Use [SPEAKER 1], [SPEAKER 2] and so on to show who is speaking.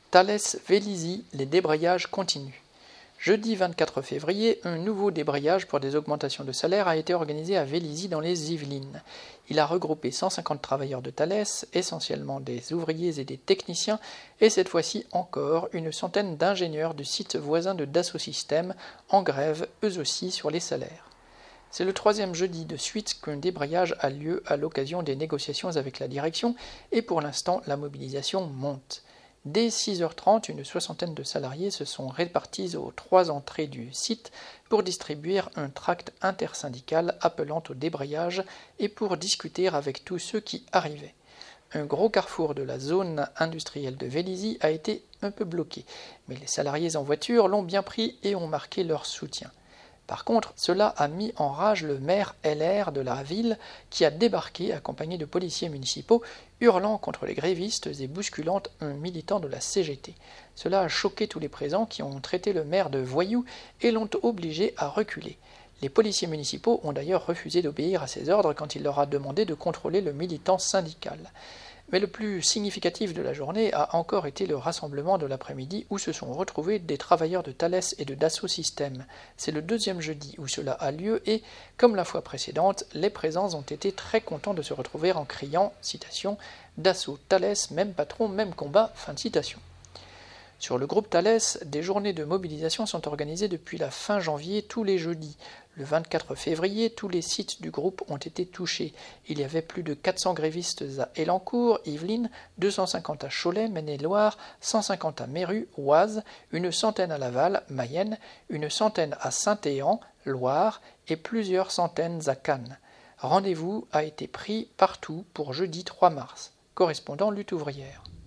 [SPEAKER 1] Thales-Vélizy, les débrayages continuent. Jeudi 24 février, un nouveau débrayage pour des augmentations de salaire a été organisé à Vélizy dans les Yvelines. Il a regroupé 150 travailleurs de Thales, essentiellement des ouvriers et des techniciens, et cette fois-ci encore une centaine d'ingénieurs du site voisin de Dassault Systèmes, en grève eux aussi sur les salaires. C'est le troisième jeudi de suite qu'un débrayage a lieu à l'occasion des négociations avec la direction, et pour l'instant la mobilisation monte. Dès 6h30, une soixantaine de salariés se sont répartis aux 3 entrées du site pour distribuer un tract intersyndical appelant au débrayage et pour discuter avec tous ceux qui arrivaient. Un gros carrefour de la zone industrielle de Vélizy a été un peu bloqué, mais les salariés en voiture l'ont bien pris et ont marqué leur soutien. Par contre, cela a mis en rage le maire LR de la ville qui a débarqué accompagné de policiers municipaux hurlant contre les grévistes et bousculant un militant de la CGT. Cela a choqué tous les présents qui ont traité le maire de voyou et l'ont obligé à reculer. Les policiers municipaux ont d'ailleurs refusé d'obéir à ses ordres quand il leur a demandé de contrôler le militant syndical. Mais le plus significatif de la journée a encore été le rassemblement de l'après-midi où se sont retrouvés des travailleurs de Thales et de Dassault Systèmes. C'est le deuxième jeudi où cela a lieu et, comme la fois précédente, les présents ont été très contents de se retrouver en criant, citation, « Dassault, Thales, même patron, même combat », fin de citation. Sur le groupe Thales, des journées de mobilisation sont organisées depuis la fin janvier tous les jeudis. Le 24 février, tous les sites du groupe ont été touchés. Il y avait plus de 400 grévistes à Élancourt, Yvelines, 250 à Cholet, Maine-et-Loire, 150 à Méru, Oise, une centaine à Laval, Mayenne, une centaine à Saint-Éan, Loire et plusieurs centaines à Cannes. Rendez-vous a été pris partout pour jeudi 3 mars. Correspondant Lutte ouvrière.